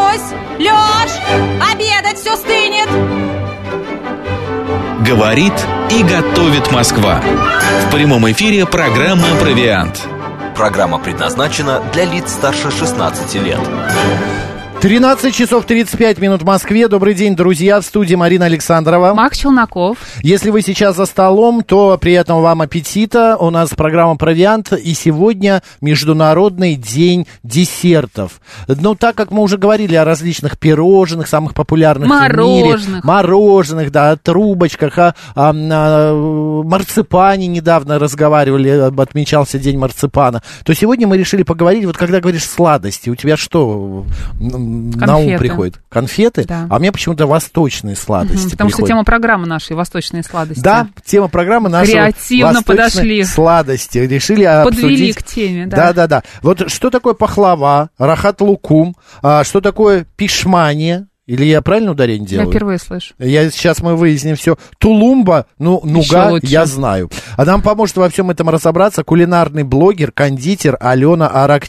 Люсь! Лёш! Обедать все стынет! Говорит и готовит Москва. В прямом эфире программа «Провиант». Программа предназначена для лиц старше 16 лет. 13 часов 35 минут в Москве. Добрый день, друзья. В студии Марина Александрова. Макс Челноков. Если вы сейчас за столом, то приятного вам аппетита. У нас программа «Провиант». И сегодня Международный день десертов. Ну, так как мы уже говорили о различных пирожных, самых популярных в мире. Мороженых, да, о трубочках, о марципане недавно разговаривали, отмечался День марципана. То сегодня мы решили поговорить, вот когда говоришь сладости, у тебя что на ум приходит? Конфеты? Да. А у меня почему-то восточные сладости потому приходят. что тема программы нашей «Восточные сладости». Да, тема программы нашей «Восточные подошли. Сладости». Решили подвели обсудить. К теме, да. Да. Вот что такое пахлава, рахат лукум, что такое пишмания? Или я правильно ударение делаю? Я впервые слышу. Сейчас мы выясним все. Тулумба, нуга, я знаю. А нам поможет во всем этом разобраться кулинарный блогер, кондитер Алена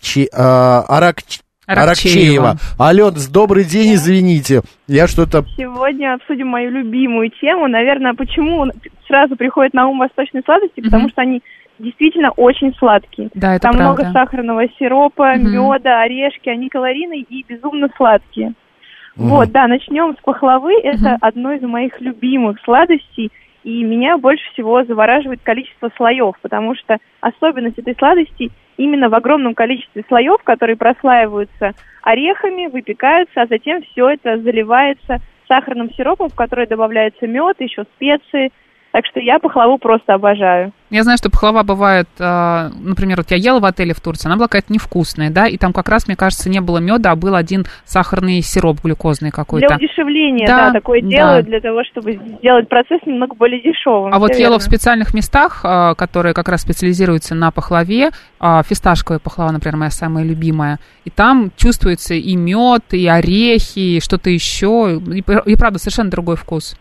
Аракчеева. Ален, добрый день, извините. Я что-то... Сегодня обсудим мою любимую тему. Наверное, почему сразу приходит на ум восточные сладости, потому что они действительно очень сладкие. Да, это Там правда. много сахарного сиропа, меда, орешки, они калорийные и безумно сладкие. Вот, да, начнем с пахлавы. Это одно из моих любимых сладостей. И меня больше всего завораживает количество слоев, потому что особенность этой сладости именно в огромном количестве слоев, которые прослаиваются орехами, выпекаются, а затем все это заливается сахарным сиропом, в который добавляется мед, еще специи. Так что я пахлаву просто обожаю. Я знаю, что пахлава бывает, например, вот я ела в отеле в Турции, она была какая-то невкусная, да, и там как раз, мне кажется, не было меда, а был один сахарный сироп глюкозный какой-то. Для удешевления, да, такое делают, для того, чтобы сделать процесс немного более дешевым. А вот ела в специальных местах, которые как раз специализируются на пахлаве, фисташковая пахлава, например, моя самая любимая, и там чувствуется и мед, и орехи, и что-то еще, и правда, совершенно другой вкус.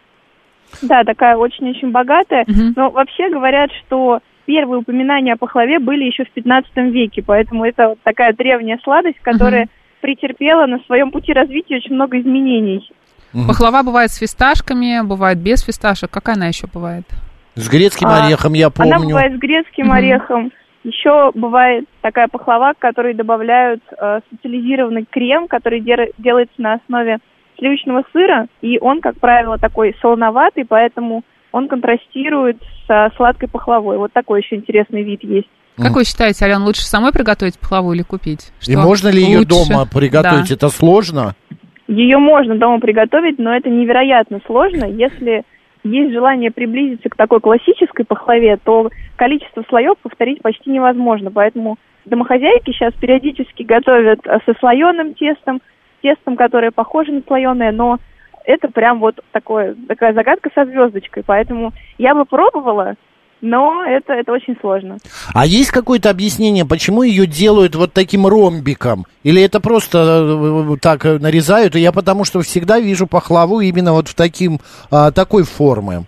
Да, такая очень-очень богатая. Но вообще говорят, что первые упоминания о пахлаве были еще в 15 веке, поэтому это вот такая древняя сладость, которая претерпела на своем пути развития очень много изменений. Пахлава бывает с фисташками, бывает без фисташек. Какая она еще бывает? С грецким орехом, я помню. Она бывает с грецким орехом. Еще бывает такая пахлава, к которой добавляют специализированный крем, который делается на основе сливочного сыра, и он, как правило, такой солоноватый, поэтому он контрастирует со сладкой пахлавой. Вот такой еще интересный вид есть. Как вы считаете, Ален, лучше самой приготовить пахлаву или купить? И можно ли ее дома приготовить? Да. Это сложно? Ее можно дома приготовить, но это невероятно сложно. Если есть желание приблизиться к такой классической пахлаве, то количество слоев повторить почти невозможно. Поэтому домохозяйки сейчас периодически готовят со слоеным тестом, которое похоже на слоеное, но это прям вот такая загадка со звездочкой, поэтому я бы пробовала, но это очень сложно. А есть какое-то объяснение, почему ее делают вот таким ромбиком? Или это просто так нарезают? И я потому что всегда вижу пахлаву именно вот в такой формы.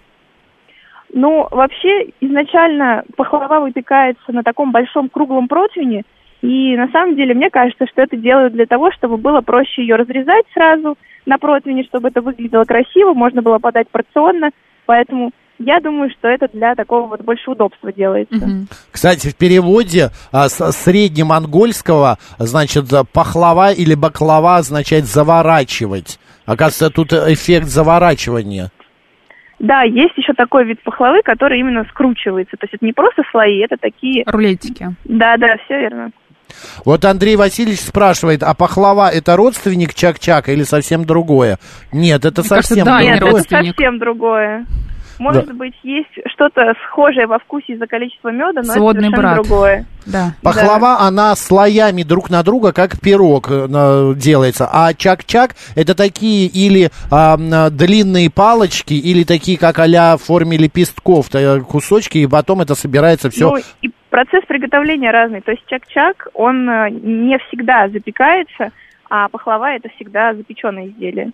Ну, вообще, изначально пахлава выпекается на таком большом круглом противне, и на самом деле мне кажется, что это делают для того, чтобы было проще ее разрезать сразу на противне, чтобы это выглядело красиво, можно было подать порционно, поэтому я думаю, что это для такого вот больше удобства делается. Кстати, в переводе с среднемонгольского, значит, пахлава или баклава означает заворачивать. Оказывается, тут эффект заворачивания. Да, есть еще такой вид пахлавы, который именно скручивается. То есть это не просто слои, это такие... Рулетики. Да, все верно. Вот Андрей Васильевич спрашивает, а пахлава это родственник чак-чака или совсем другое? Нет, это совсем другое. Нет, это совсем другое. Может быть, есть что-то схожее во вкусе из-за количества меда, но сводный это совершенно другое. Да. Пахлава, она слоями друг на друга, как пирог делается. А чак-чак это такие или длинные палочки, или такие, как а-ля в форме лепестков, кусочки, и потом это собирается все. Ну, и процесс приготовления разный. То есть чак-чак, он не всегда запекается, а пахлава это всегда запеченное изделие.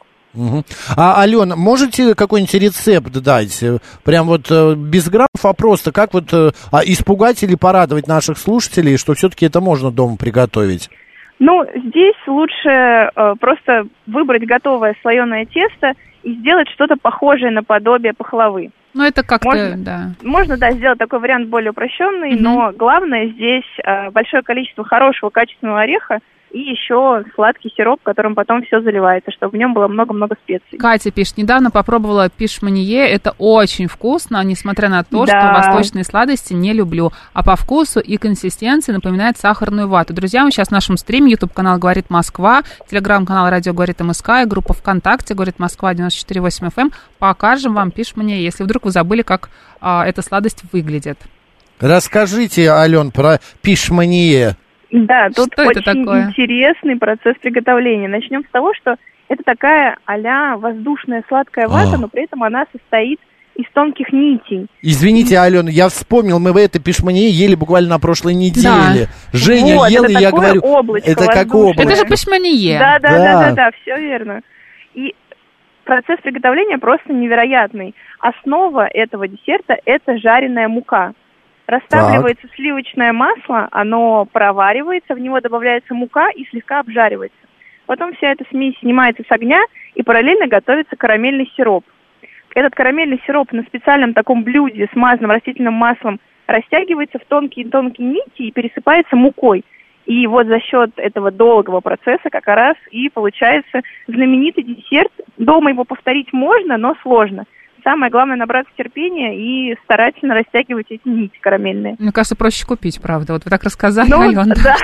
А, Алена, можете какой-нибудь рецепт дать? Прям вот без граммов, а просто как вот испугать или порадовать наших слушателей, что все-таки это можно дома приготовить? Ну, здесь лучше просто выбрать готовое слоеное тесто и сделать что-то похожее на подобие пахлавы. Ну, это как-то, Можно, сделать такой вариант более упрощенный, но главное здесь большое количество хорошего, качественного ореха и еще сладкий сироп, которым потом все заливается, чтобы в нем было много-много специй. Катя пишет, недавно попробовала пишманье, это очень вкусно, несмотря на то, что восточные сладости не люблю, а по вкусу и консистенции напоминает сахарную вату. Друзья, мы сейчас в нашем стриме, YouTube-канал «Говорит Москва», телеграм-канал «Радио говорит МСК» и группа ВКонтакте «Говорит Москва» 94.8 FM, покажем вам пишманье, если вдруг вы забыли, как эта сладость выглядит. Расскажите, Ален, про пишманье. Да, тут что очень интересный процесс приготовления. Начнем с того, что это такая а-ля воздушная сладкая вата, но при этом она состоит из тонких нитей. Извините, Алена, я вспомнил, мы это пишманье ели буквально на прошлой неделе. Да. Женя вот, ела, и я говорю, это как облачко. Это же пишманье. Да, все верно. И процесс приготовления просто невероятный. Основа этого десерта – это жареная мука. Растапливается сливочное масло, оно проваривается, в него добавляется мука и слегка обжаривается. Потом вся эта смесь снимается с огня и параллельно готовится карамельный сироп. Этот карамельный сироп на специальном таком блюде, смазанном растительным маслом, растягивается в тонкие-тонкие нити и пересыпается мукой. И вот за счет этого долгого процесса как раз и получается знаменитый десерт. Дома его повторить можно, но сложно. Самое главное набраться терпения и старательно растягивать эти нити карамельные. Мне кажется, проще купить, правда. Вот вы так рассказали, Алена. Да,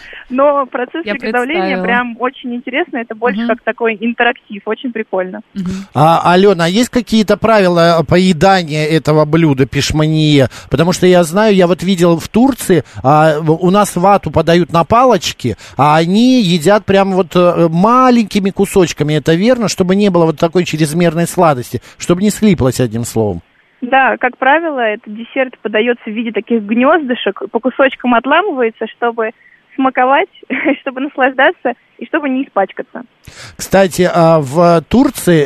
но процесс приготовления прям очень интересный. Это больше как такой интерактив, очень прикольно. Алена, а есть какие-то правила поедания этого блюда пишманье? Потому что я знаю, я вот видел в Турции, у нас вату подают на палочке, а они едят прям вот маленькими кусочками. Это верно? Чтобы не было вот такой чрезмерной сладости, чтобы не слиплось, одним словом. Да, как правило, этот десерт подается в виде таких гнездышек, по кусочкам отламывается, чтобы смаковать, чтобы наслаждаться и чтобы не испачкаться. Кстати, в Турции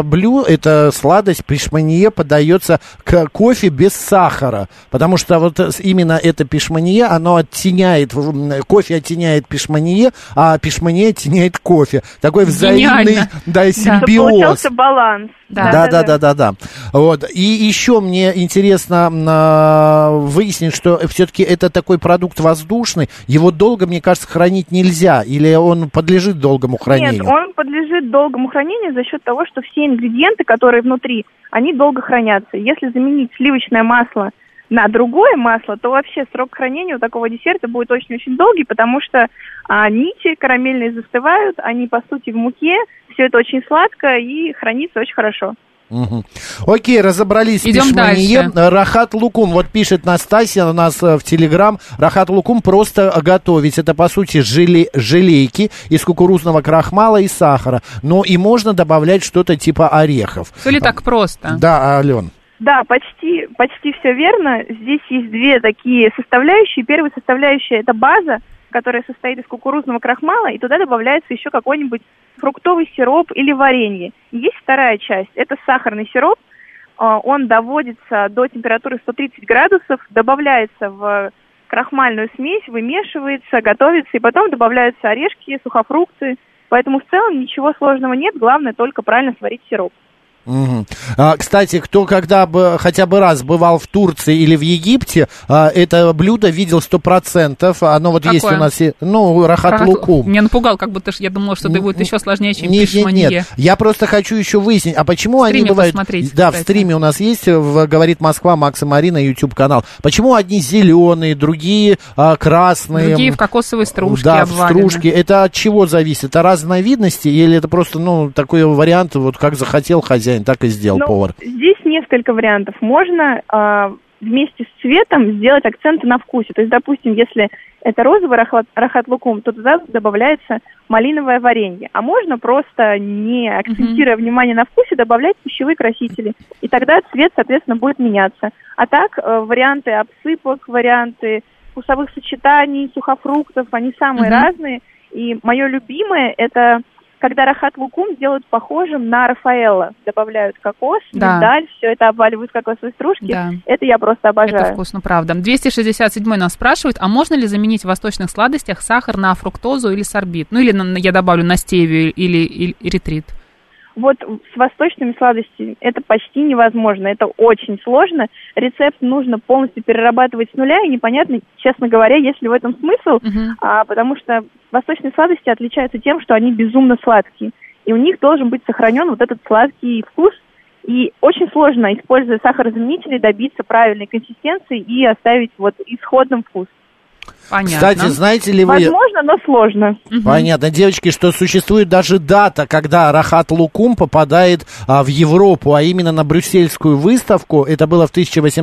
эта сладость пишманье подается к кофе без сахара, потому что вот именно это пишманье, оно оттеняет, кофе оттеняет пишманье, а пишманье оттеняет кофе. Такой взаимный симбиоз. Чтобы получался баланс. Да. Вот. И еще мне интересно выяснить, что все-таки это такой продукт воздушный, его долго, мне кажется, хранить нельзя, или он подлежит долгому хранению? Нет, он подлежит долгому хранению за счет того, что все ингредиенты, которые внутри, они долго хранятся. Если заменить сливочное масло на другое масло, то вообще срок хранения у такого десерта будет очень-очень долгий, потому что нити карамельные застывают, они, по сути, в муке, все это очень сладко и хранится очень хорошо. Окей, разобрались с пишманье. Рахат лукум, вот пишет Настасья у нас в Телеграм. Рахат лукум просто готовить. Это, по сути, желейки из кукурузного крахмала и сахара. Но и можно добавлять что-то типа орехов. Все ли так просто? Да, Ален. Да, почти все верно. Здесь есть две такие составляющие. Первая составляющая – это база, которая состоит из кукурузного крахмала, и туда добавляется еще какой-нибудь фруктовый сироп или варенье. Есть вторая часть – это сахарный сироп. Он доводится до температуры 130 градусов, добавляется в крахмальную смесь, вымешивается, готовится, и потом добавляются орешки, сухофрукты. Поэтому в целом ничего сложного нет, главное только правильно сварить сироп. Кстати, кто когда бы хотя бы раз бывал в Турции или в Египте, это блюдо видел 100%. Оно вот есть у нас, рахат лукум. Меня напугал, как будто я думала, что это будет еще сложнее, чем пишманье. Нет, я просто хочу еще выяснить, а почему они бывают... Да, в стриме у нас есть, «Говорит Москва», Макс и Марина, YouTube-канал. Почему одни зеленые, другие красные? Другие в кокосовой стружке да, обварены. в стружке. Это от чего зависит? От разновидности или это просто, такой вариант, вот как захотел хозяин, так и сделал повар? Здесь несколько вариантов. Можно вместе с цветом сделать акценты на вкусе. То есть, допустим, если это розовый рахат лукум, то туда добавляется малиновое варенье. А можно просто, не акцентируя внимание на вкусе, добавлять пищевые красители. И тогда цвет, соответственно, будет меняться. А так, варианты обсыпок, варианты вкусовых сочетаний, сухофруктов, они самые разные. И мое любимое – это когда рахат лукум делают похожим на Рафаэлло. Добавляют кокос, миндаль, все это обваливают в кокосовой стружке. Да. Это я просто обожаю. Это вкусно, правда. 267-й нас спрашивает, а можно ли заменить в восточных сладостях сахар на фруктозу или сорбит? Ну, или я добавлю на стевию или эритрит. Вот с восточными сладостями это почти невозможно, это очень сложно. Рецепт нужно полностью перерабатывать с нуля, и непонятно, честно говоря, есть ли в этом смысл, потому что восточные сладости отличаются тем, что они безумно сладкие, и у них должен быть сохранен вот этот сладкий вкус, и очень сложно, используя сахарозаменители, добиться правильной консистенции и оставить вот исходным вкус. Понятно. Кстати, знаете ли вы... Возможно, но сложно. Понятно, девочки, что существует даже дата, когда рахат лукум попадает в Европу, а именно на брюссельскую выставку. Это было в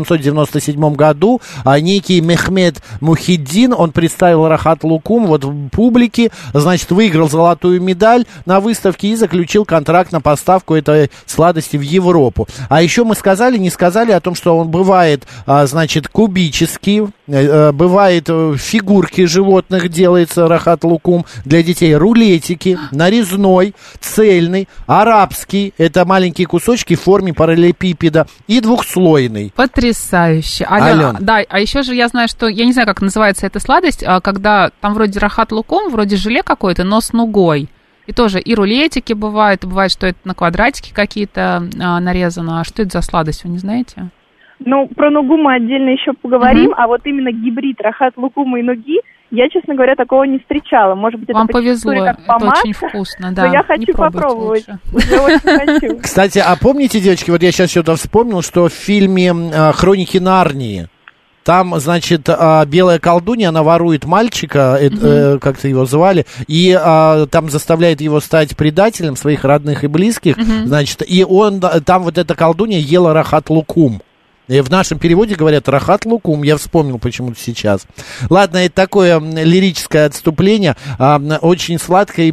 1897 году. Некий Мехмед Мухиддин, он представил рахат лукум вот в публике, значит, выиграл золотую медаль на выставке и заключил контракт на поставку этой сладости в Европу. А еще мы не сказали о том, что он бывает, значит, кубический, бывает фигурки животных, делается рахат лукум для детей, рулетики, нарезной, цельный, арабский, это маленькие кусочки в форме параллелепипеда, и двухслойный. Потрясающе. Ален. Да, а еще же я знаю, что, я не знаю, как называется эта сладость, когда там вроде рахат лукум, вроде желе какое-то, но с нугой. И тоже и рулетики бывают, и бывает, что это на квадратики какие-то нарезано. А что это за сладость, вы не знаете? Ну, про нугу мы отдельно еще поговорим, а вот именно гибрид рахат лукума и нуги, я, честно говоря, такого не встречала. Может быть, вам это повезло, как это помад, очень вкусно, да. Но я хочу попробовать. Уже очень хочу. Кстати, а помните, девочки, вот я сейчас что-то вспомнил, что в фильме «Хроники Нарнии», там, значит, белая колдунья, она ворует мальчика, как-то его звали, и там заставляет его стать предателем своих родных и близких, значит, и там вот эта колдунья ела рахат лукум. И в нашем переводе говорят рахат лукум, я вспомнил почему-то сейчас. Ладно, это такое лирическое отступление, очень сладкая и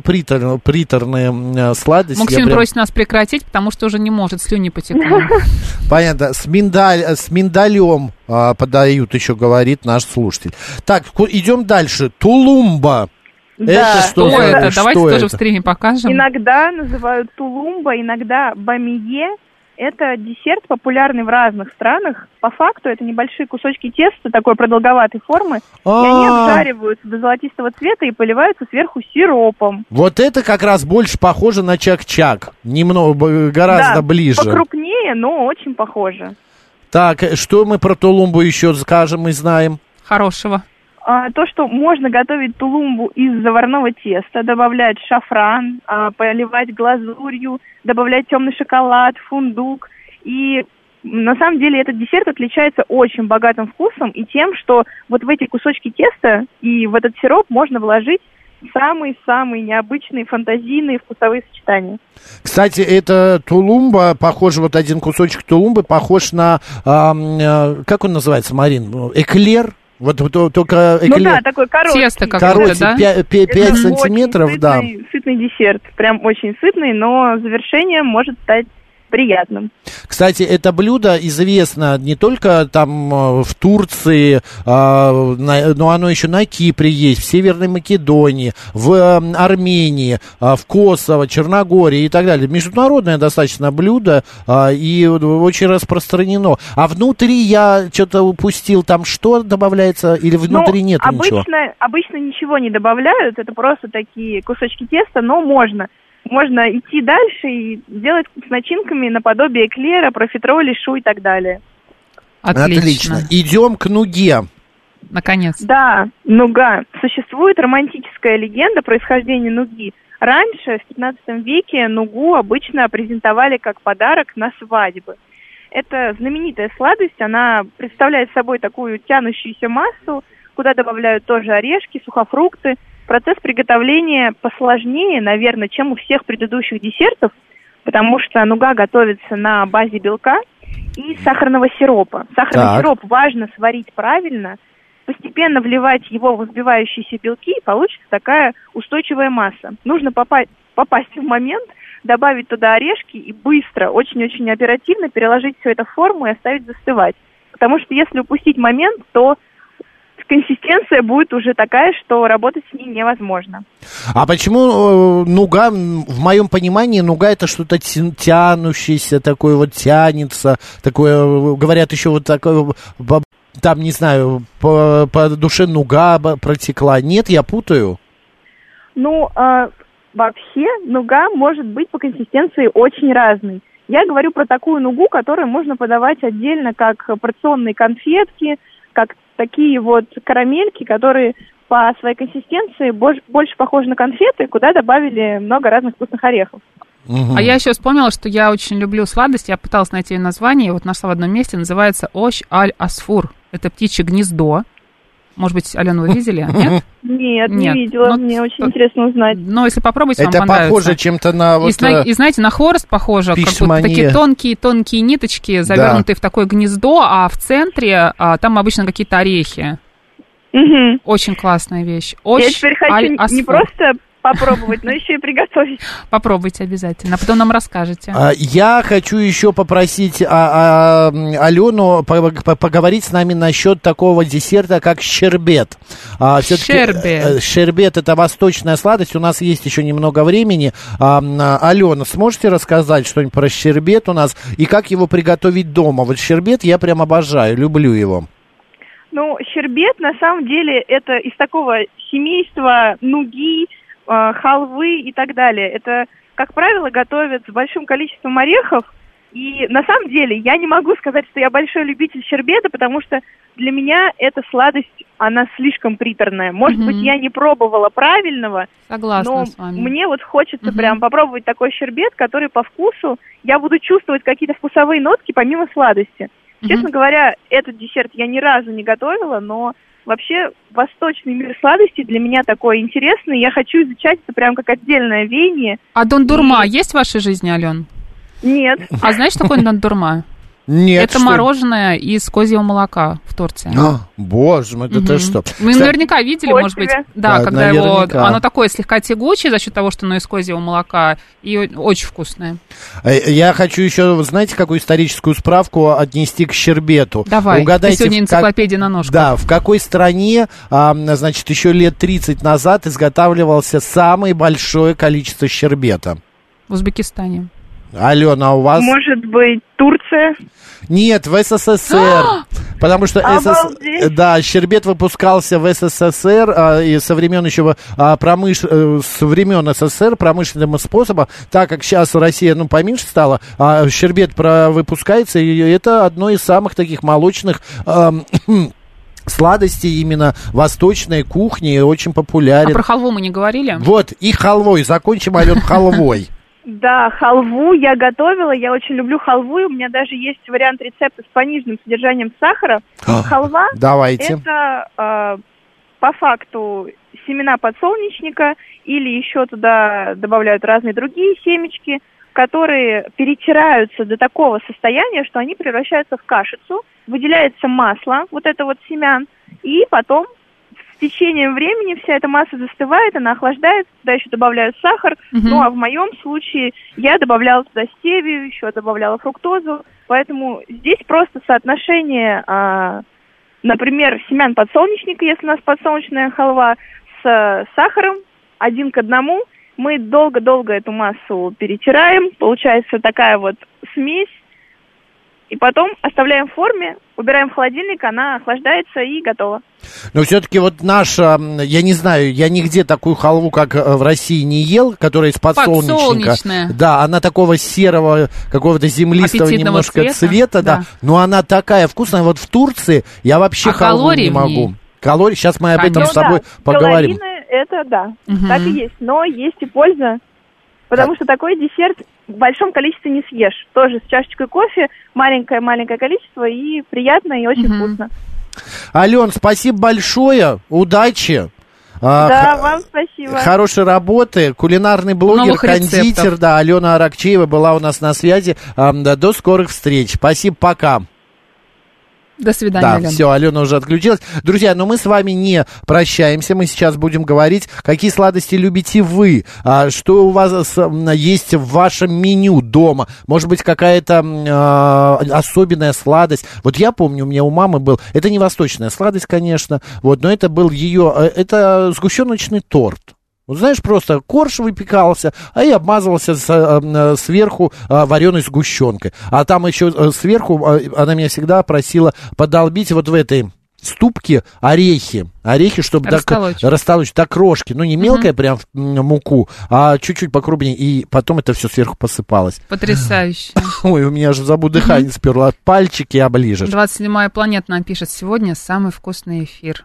приторная сладость. Максим просит нас прекратить, потому что уже не может, слюни потекли. Понятно, с миндалем подают еще, говорит наш слушатель. Так, идем дальше. Тулумба. Да. Это что? Давайте тоже в стриме покажем. Иногда называют тулумба, иногда бамие. Это десерт, популярный в разных странах. По факту это небольшие кусочки теста такой продолговатой формы, и они обжариваются до золотистого цвета и поливаются сверху сиропом. Вот это как раз больше похоже на чак-чак, гораздо ближе. Покрупнее, но очень похоже. Так, что мы про тулумбу еще скажем и знаем? Хорошего. То, что можно готовить тулумбу из заварного теста, добавлять шафран, поливать глазурью, добавлять темный шоколад, фундук. И на самом деле этот десерт отличается очень богатым вкусом и тем, что вот в эти кусочки теста и в этот сироп можно вложить самые-самые необычные фантазийные вкусовые сочетания. Кстати, это тулумба, похоже, вот один кусочек тулумбы похож на, как он называется, Марин, эклер? Вот только эклер. Ну да, такой короткий. Тесто какое-то, да? 5 сантиметров, да. Сытный десерт, прям очень сытный, но завершение может стать приятным. Кстати, это блюдо известно не только там в Турции, но оно еще на Кипре есть, в Северной Македонии, в Армении, в Косово, Черногории и так далее. Международное достаточно блюдо и очень распространено. А внутри я что-то упустил, там что добавляется или внутри нет ничего? Обычно ничего не добавляют, это просто такие кусочки теста, но можно идти дальше и делать с начинками наподобие эклера, профитроли, шу и так далее. Отлично. Идем к нуге. Наконец. Да, нуга. Существует романтическая легенда происхождения нуги. Раньше, в 15 веке, нугу обычно презентовали как подарок на свадьбы. Это знаменитая сладость, она представляет собой такую тянущуюся массу, куда добавляют тоже орешки, сухофрукты. Процесс приготовления посложнее, наверное, чем у всех предыдущих десертов, потому что нуга готовится на базе белка и сахарного сиропа. Сахарный сироп важно сварить правильно, постепенно вливать его в взбивающиеся белки, и получится такая устойчивая масса. Нужно попасть в момент, добавить туда орешки и быстро, очень-очень оперативно переложить все это в форму и оставить застывать. Потому что если упустить момент, то консистенция будет уже такая, что работать с ней невозможно. А почему нуга, в моем понимании, нуга это что-то тянущееся, такое вот тянется, такое, говорят, еще вот такое, там, не знаю, по душе нуга протекла. Нет, я путаю? Ну, вообще, нуга может быть по консистенции очень разной. Я говорю про такую нугу, которую можно подавать отдельно, как порционные конфетки, как такие вот карамельки, которые по своей консистенции больше похожи на конфеты, куда добавили много разных вкусных орехов. А я еще вспомнила, что я очень люблю сладость. Я пыталась найти ее название, вот нашла в одном месте, называется Ош аль-Асфур. Это птичье гнездо. Может быть, Алена, вы видели? Нет? Нет, не видела. Но мне очень интересно узнать. Но если попробуйте, это вам понравится. Это похоже чем-то на... Вот, и знаете, на хворост похоже, как будто такие тонкие ниточки, завернутые в такое гнездо, а в центре там обычно какие-то орехи. Угу. Очень классная вещь. Я теперь хочу не просто попробовать, но еще и приготовить. Попробуйте обязательно, а потом нам расскажете. Я хочу еще попросить Алену поговорить с нами насчет такого десерта, как щербет. Щербет – это восточная сладость. У нас есть еще немного времени. Алена, сможете рассказать что-нибудь про щербет у нас и как его приготовить дома? Вот щербет я прям обожаю, люблю его. Ну, щербет, на самом деле, это из такого семейства нуги, халвы и так далее. Это, как правило, готовят с большим количеством орехов. И на самом деле я не могу сказать, что я большой любитель щербета, потому что для меня эта сладость, она слишком приторная. Может быть, я не пробовала правильного, но с вами. Мне вот хочется прям попробовать такой щербет, который по вкусу я буду чувствовать какие-то вкусовые нотки помимо сладости. Честно говоря, этот десерт я ни разу не готовила, но вообще восточный мир сладостей для меня такой интересный. Я хочу изучать это прям как отдельное веяние. А дондурма есть в вашей жизни, Ален? Нет. А знаешь, что такое дондурма? Нет. Это мороженое из козьего молока в Турции. Боже мой, это что? Вы наверняка видели, может быть, да, когда его, оно такое слегка тягучее за счет того, что оно из козьего молока, и очень вкусное. Я хочу еще, знаете, какую историческую справку отнести к щербету? Давай, угадайте, ты сегодня энциклопедия на ножках. Да, в какой стране, значит, еще лет 30 назад изготавливался самое большое количество щербета? В Узбекистане. Алена, у вас? Может быть, Турция? Нет, в СССР. Потому что щербет выпускался в СССР и со времен еще с времен СССР промышленным способом, так как сейчас Россия, поменьше стала, щербет выпускается, и это одно из самых таких молочных сладостей именно восточной кухни, очень популярен. А про халву мы не говорили? Вот, и халвой, закончим, Ален, халвой. Да, халву я готовила, я очень люблю халву, и у меня даже есть вариант рецепта с пониженным содержанием сахара. Халва – это по факту семена подсолнечника или еще туда добавляют разные другие семечки, которые перетираются до такого состояния, что они превращаются в кашицу, выделяется масло, вот это вот семян, и потом с течением времени вся эта масса застывает, она охлаждается, туда еще добавляют сахар, а в моем случае я добавляла туда стевию, еще добавляла фруктозу, поэтому здесь просто соотношение, например, семян подсолнечника, если у нас подсолнечная халва, с сахаром 1 к 1, мы долго-долго эту массу перетираем, получается такая вот смесь, и потом оставляем в форме, убираем в холодильник, она охлаждается и готова. Но все-таки вот наша, я не знаю, я нигде такую халву, как в России, не ел, которая из подсолнечника. Да, она такого серого, какого-то землистого немножко цвета, да. Но она такая вкусная. Вот в Турции я вообще халву не могу. Калории, сейчас мы об этом с тобой поговорим. Калорийные, это да, так и есть. Но есть и польза, потому что такой десерт в большом количестве не съешь. Тоже с чашечкой кофе, маленькое-маленькое количество, и приятно, и очень вкусно. Ален, спасибо большое, удачи. Да, вам спасибо. Хорошей работы. Кулинарный блогер, кондитер, да, Алена Аракчеева была у нас на связи. До скорых встреч. Спасибо, пока. До свидания, Да, Алена. все, Алена уже отключилась. Друзья, но мы с вами не прощаемся. Мы сейчас будем говорить, какие сладости любите вы, что у вас есть в вашем меню дома. Может быть, какая-то особенная сладость. Вот я помню, у меня у мамы был, это не восточная сладость, конечно, вот, но это был ее, это сгущеночный торт. Вот знаешь, просто корж выпекался, и обмазывался сверху вареной сгущенкой. А там еще сверху она меня всегда просила подолбить вот в этой ступке орехи, чтобы растолочь до крошки. Ну, не мелкая прям муку, а чуть-чуть покрупнее. И потом это все сверху посыпалось. Потрясающе. Ой, у меня же дыхание сперло. Пальчики оближешь. 27-я планета нам пишет: сегодня самый вкусный эфир.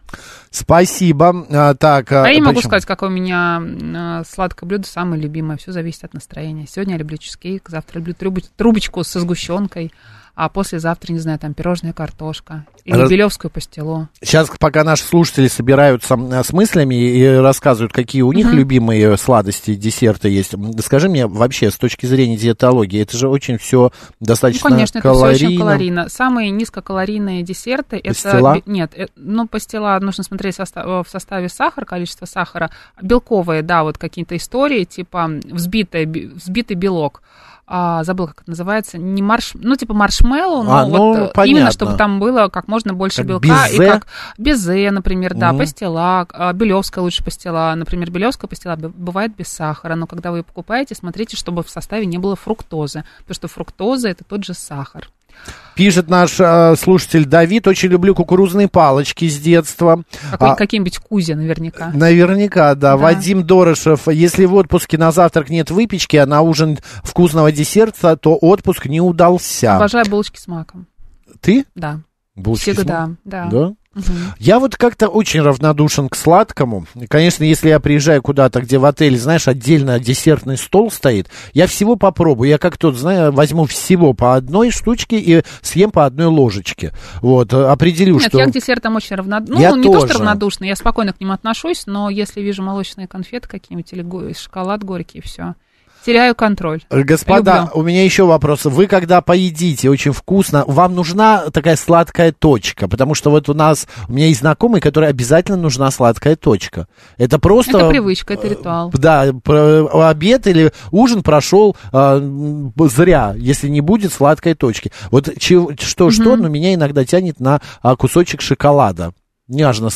Спасибо. Так, я не могу сказать, какое у меня сладкое блюдо самое любимое. Все зависит от настроения. Сегодня я люблю чизкейк, завтра люблю трубочку со сгущенкой. А послезавтра, не знаю, там пирожная картошка или белевскую пастилу. Сейчас, пока наши слушатели собираются с мыслями и рассказывают, какие у них любимые сладости, десерты есть, скажи мне вообще, с точки зрения диетологии, это же очень все достаточно конечно, калорийно. Это все очень калорийно. Самые низкокалорийные десерты... Пастила? Пастила, нужно смотреть в составе сахара, количество сахара. Белковые, да, вот какие-то истории, типа взбитый белок. Забыла, как это называется, не типа маршмеллоу, но именно, чтобы там было как можно больше как белка. безе? И как безе, например, да, пастила, белевская лучше пастила. Например, белевская пастила бывает без сахара, но когда вы ее покупаете, смотрите, чтобы в составе не было фруктозы, потому что фруктоза — это тот же сахар. Пишет наш слушатель Давид: очень люблю кукурузные палочки с детства. Какие-нибудь кузи наверняка. Наверняка, да. Вадим Дорошев: если в отпуске на завтрак нет выпечки, а на ужин вкусного десерта, то отпуск не удался. Обожаю булочки с маком. Ты? Да. Булочки всегда, да. Угу. Я вот как-то очень равнодушен к сладкому. Конечно, если я приезжаю куда-то, где в отеле, знаешь, отдельно десертный стол стоит, я всего попробую. Я как тот, знаю, возьму всего по одной штучке и съем по одной ложечке. Вот, определю, Нет, что... я к десертам очень равнодушна. Я не тоже. То, что равнодушна, я спокойно к ним отношусь, но если вижу молочные конфеты какие-нибудь или шоколад горький, все. Теряю контроль. Господа, люблю. У меня еще вопрос. Вы когда поедите очень вкусно, вам нужна такая сладкая точка? Потому что вот у меня есть знакомый, который обязательно нужна сладкая точка. Это просто... Это привычка, это ритуал. Да, обед или ужин прошел зря, если не будет сладкой точки. Вот что, но меня иногда тянет на кусочек шоколада. Нежно,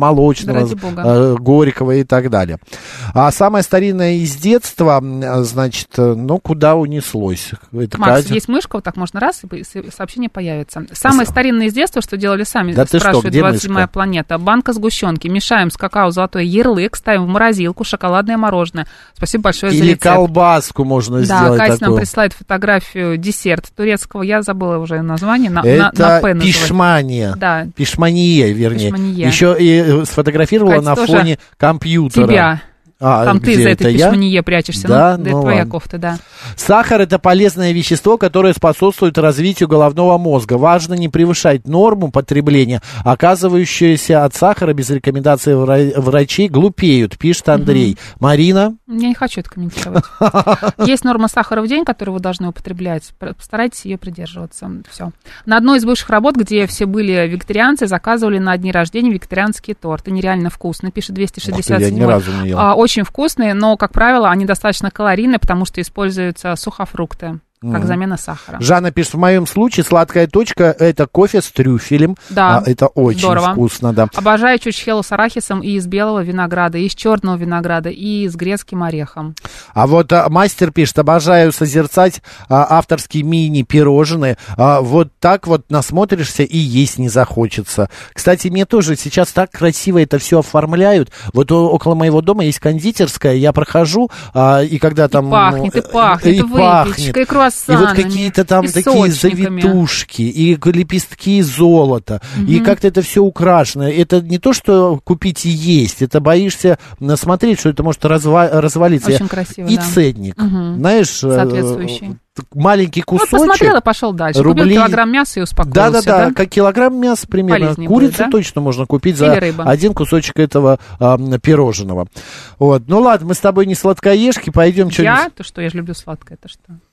молочного, горького и так далее. А самое старинное из детства, значит, куда унеслось? Это Макс, есть мышка, вот так можно раз, и сообщение появится. Самое старинное из детства, что делали сами, да спрашивает 27-я планета. Банка сгущенки. Мешаем с какао золотой ярлык, ставим в морозилку, шоколадное мороженое. Спасибо большое за рецепт. Или колбаску можно сделать. Да, Катя такую. нам присылает фотографию десерта турецкого. Я забыла уже название. Это пишмания. Да. Пишмания, вернее. Еще и сфотографировала Катя, на фоне компьютера. Тебя. Там ты за этой пишманье прячешься. Да? Это твоя кофта, да. Сахар — это полезное вещество, которое способствует развитию головного мозга. Важно не превышать норму потребления. Оказывающиеся от сахара без рекомендации врачей глупеют, пишет Андрей. Марина? Я не хочу это комментировать. Есть норма сахара в день, которую вы должны употреблять. Постарайтесь ее придерживаться. Все. На одной из бывших работ, где все были вегетарианцы, заказывали на дни рождения вегетарианские торты. Нереально вкусно, пишет 267. Я ни разу не ел. Очень вкусные, но, как правило, они достаточно калорийные, потому что используются сухофрукты, как замена сахара. Жанна пишет: в моем случае сладкая точка — это кофе с трюфелем. Да, это очень здорово. Вкусно, да. Обожаю чучхелу с арахисом и из белого винограда, и из черного винограда, и с грецким орехом. А вот мастер пишет: обожаю созерцать авторские мини-пирожные. Вот так вот насмотришься и есть не захочется. Кстати, мне тоже сейчас так красиво это все оформляют. Вот около моего дома есть кондитерская, я прохожу, и когда там... И пахнет, выпечка, и круассаны. И вот какие-то там такие завитушки, и лепестки золота, и как-то это все украшено. Это не то, что купить и есть, это боишься смотреть, что это может развалиться. Очень красиво, и ценник, знаешь, соответствующий. Маленький кусочек. Вот посмотрел и пошел дальше. Купил килограмм мяса и успокоился. Да, как килограмм мяса примерно. Полезнее Курицу будет, да? точно можно купить за один кусочек этого пирожного. Вот. Ну ладно, мы с тобой не сладкоежки, пойдем что-нибудь. То что, я же люблю сладкое, это что?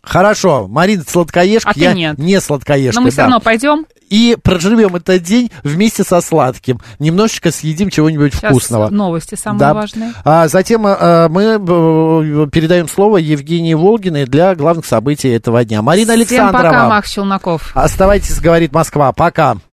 Хорошо, Марина сладкоежка, А ты я нет. не сладкоежка. Но мы все да. равно пойдем. И проживем этот день вместе со сладким. Немножечко съедим чего-нибудь Сейчас вкусного. новости самые Да. важные. Затем мы передаем слово Евгении Волгиной для главных событий этого дня. Марина Всем Александрова. пока, Макс Челноков. Оставайтесь, говорит Москва. Пока.